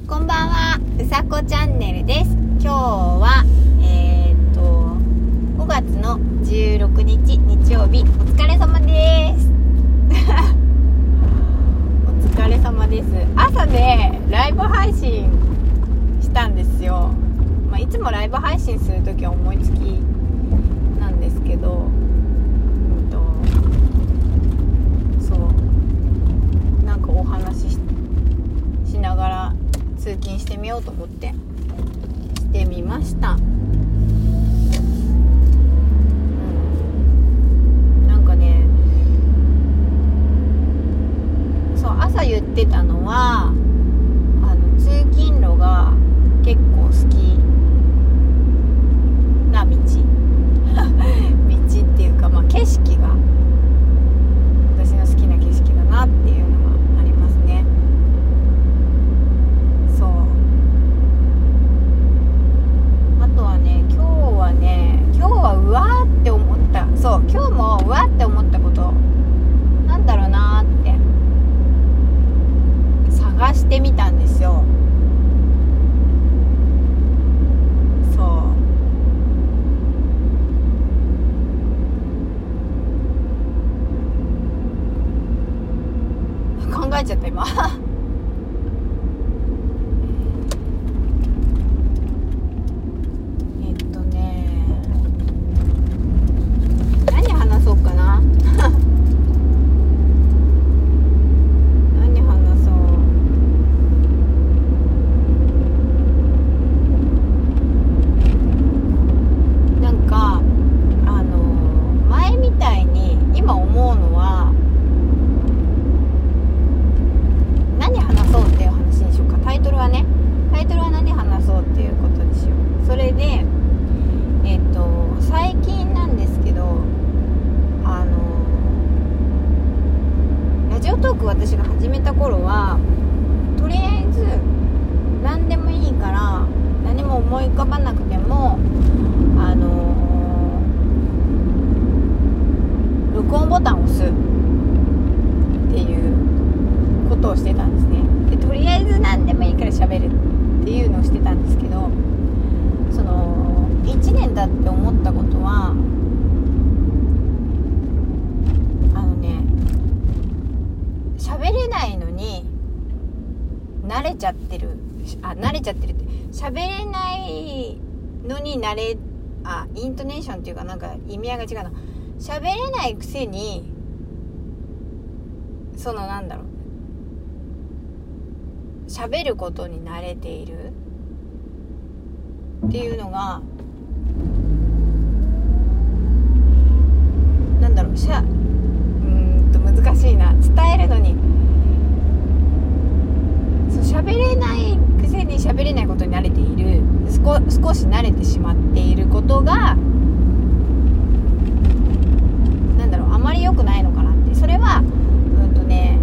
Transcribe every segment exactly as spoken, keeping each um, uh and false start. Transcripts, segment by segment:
こんばんは、うさこチャンネルです。今日はえー、っとごがつのじゅうろくにち日曜日、お疲れ様ですお疲れ様です。朝でライブ配信したんですよ。まあ、いつもライブ配信するときは思いつきなんですけど、うんとそうなんかお話ししながら通勤してみようと思ってしてみました。うん、なんかね、そう朝言ってたのは、あの通勤路が結構好きな道道っていうか、まあ景色が私の好きな景色だなっていうのがありますね。そうあとはね、今日はね今日はうわーって思ったそう今日もうわーって思ったことなんだろうなーって探してみたんですよ。そう考えちゃった今えっとね何話そうかな何話そうなんかあの前みたいに今思うのは、何話そうっていう話にしようか。タイトルはねタイトルは何話そうっていうことにしよう。それでえっと最近なんですけど、あのラジオトーク私が始めた頃はとりあえず何でもいいから何も思い浮かばなくてもあの録音ボタンを押すっていうことをしてたんですね。でとりあえず何でもいいから喋るっていうのをしてたんですけど、そのいちねん経って思ったことは、あのね喋れないのに慣れちゃってるあ慣れちゃってるって喋れないのに慣れあイントネーションっていうかなんか意味合いが違うな。喋れないくせにそのなんだろう喋ることに慣れているっていうのがなんだろうしゃうーんと難しいな。伝えるのにそう喋れないくせに喋れないことに慣れている少少し慣れてしまっていることがなんだろうあまり良くないのかなって。それはうんとね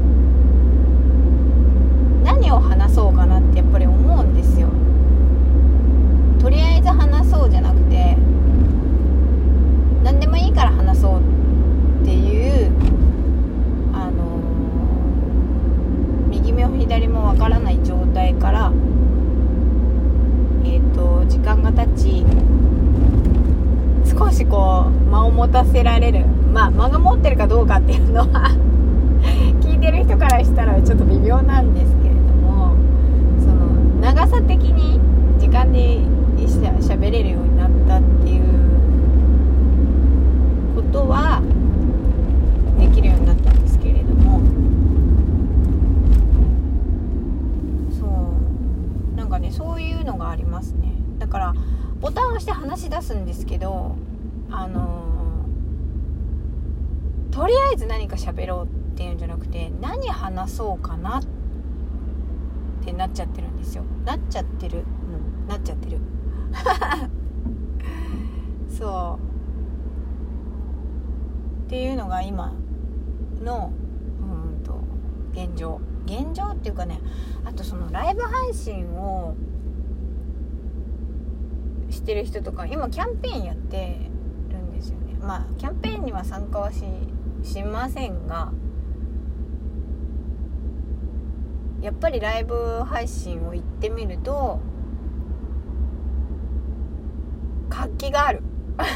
何を話そうかなってやっぱり思うんですよ。とりあえず話そうじゃなくて何でもいいから話そうっていうあのー、右も左もわからない状態からえっと時間が経ち少しこう間を持たせられる、まあ間が持ってるかどうかっていうのは聞いてる人からしたらちょっと微妙なんですけれども、その長さ的に時間で喋れるようになったっていうことはできるようになったんですけれども、そうなんかねそういうのがありますね。だからボタンを押して話し出すんですけど、あのー、とりあえず何か喋ろうっていうんじゃなくて何話そうかなってなっちゃってるんですよ。なっちゃってる、うん、なっちゃってるそうっていうのが今のうんと現状現状っていうかね、あとそのライブ配信をしてる人とか今キャンペーンやってるんですよね。まあキャンペーンには参加はししませんが、 やっぱりライブ配信を行ってみると活気がある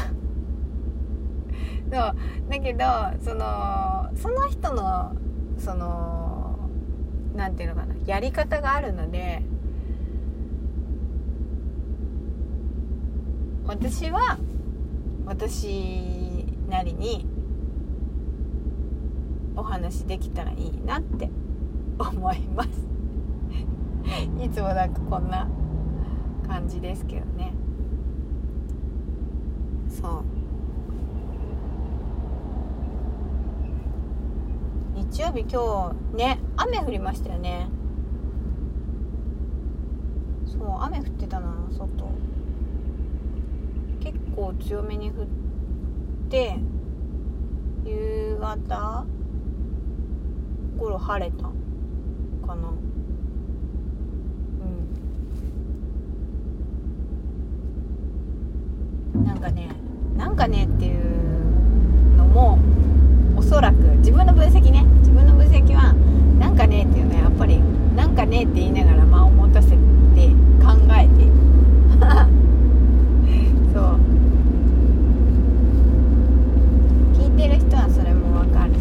そうだけどそのその人のそのなんていうのかなやり方があるので、私は私なりにお話できたらいいなって思いますいつもなんかこんな感じですけどね。そう日曜日今日ね雨降りましたよね。そう雨降ってたな外。結構強めに降って夕方頃晴れたかな。うんなんかねなんかねっていうのもおそらく自分の分析ね自分の分析はなんかねっていうのはやっぱりなんかねって言いながら間を持たせて考えてそう聞いてる人はそれもわかるし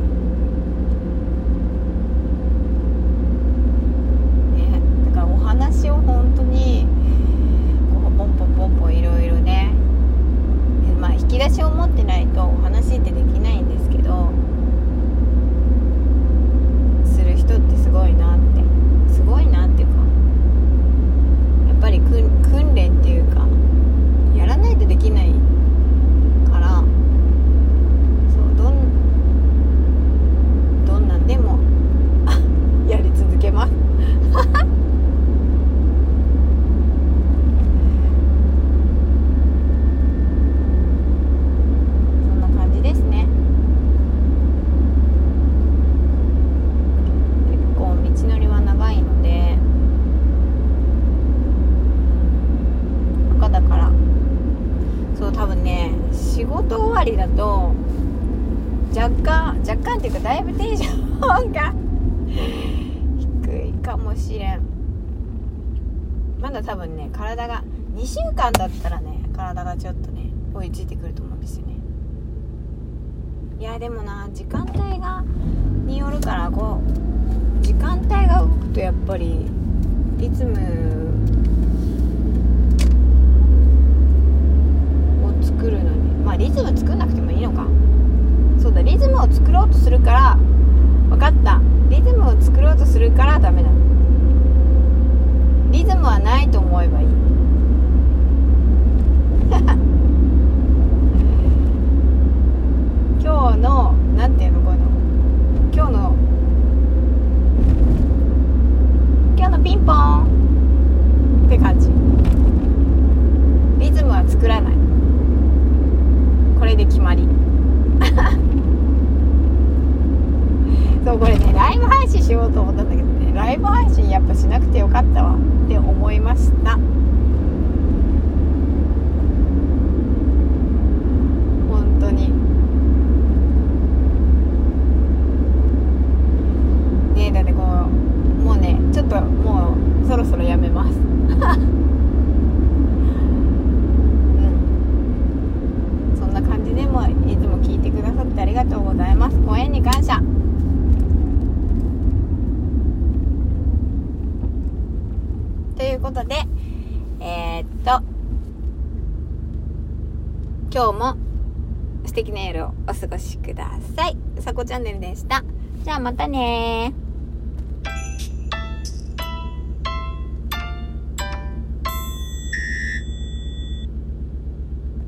ね、だからお話を本当にこうポンポンポンポンいろいろね、まあ引き出しを持ってないとお話ってできないんですけど、する人ってすごいなってすごいなっていうかやっぱり訓練っていうかやらないとできないからそうどんどんなんでもやり続けますそんな感じですね。結構道のりは長いので赤だからそう多分ね仕事終わりだと若干若干っていうかだいぶテンションが低いかもしれん。まだ多分ね体がにしゅうかんだったらね体がちょっとね追いついてくると思うんですよね。いやでもな時間帯がによるからこう時間帯が動くとやっぱりリズムを作るのにまあリズム作んなくてもいいのか。そうだリズムを作ろうとするから分かったリズムを作ろうとするからダメだ。リズムはないと思えばいい今日のなんていうのこの今日の今日のピンポンって感じ。リズムは作らない。これで決まりそうこれねライブ配信しようと思ったんだけどねライブ配信やっぱしなくてよかったわって思いました。本当にねえだってこうもうねちょっともうそろそろやめますうんそんな感じでもいつも聞いてくださってありがとうございます。ご縁に感謝。ということでえー、っと今日も素敵な夜をお過ごしください。さこチャンネルでした。じゃあまたねー。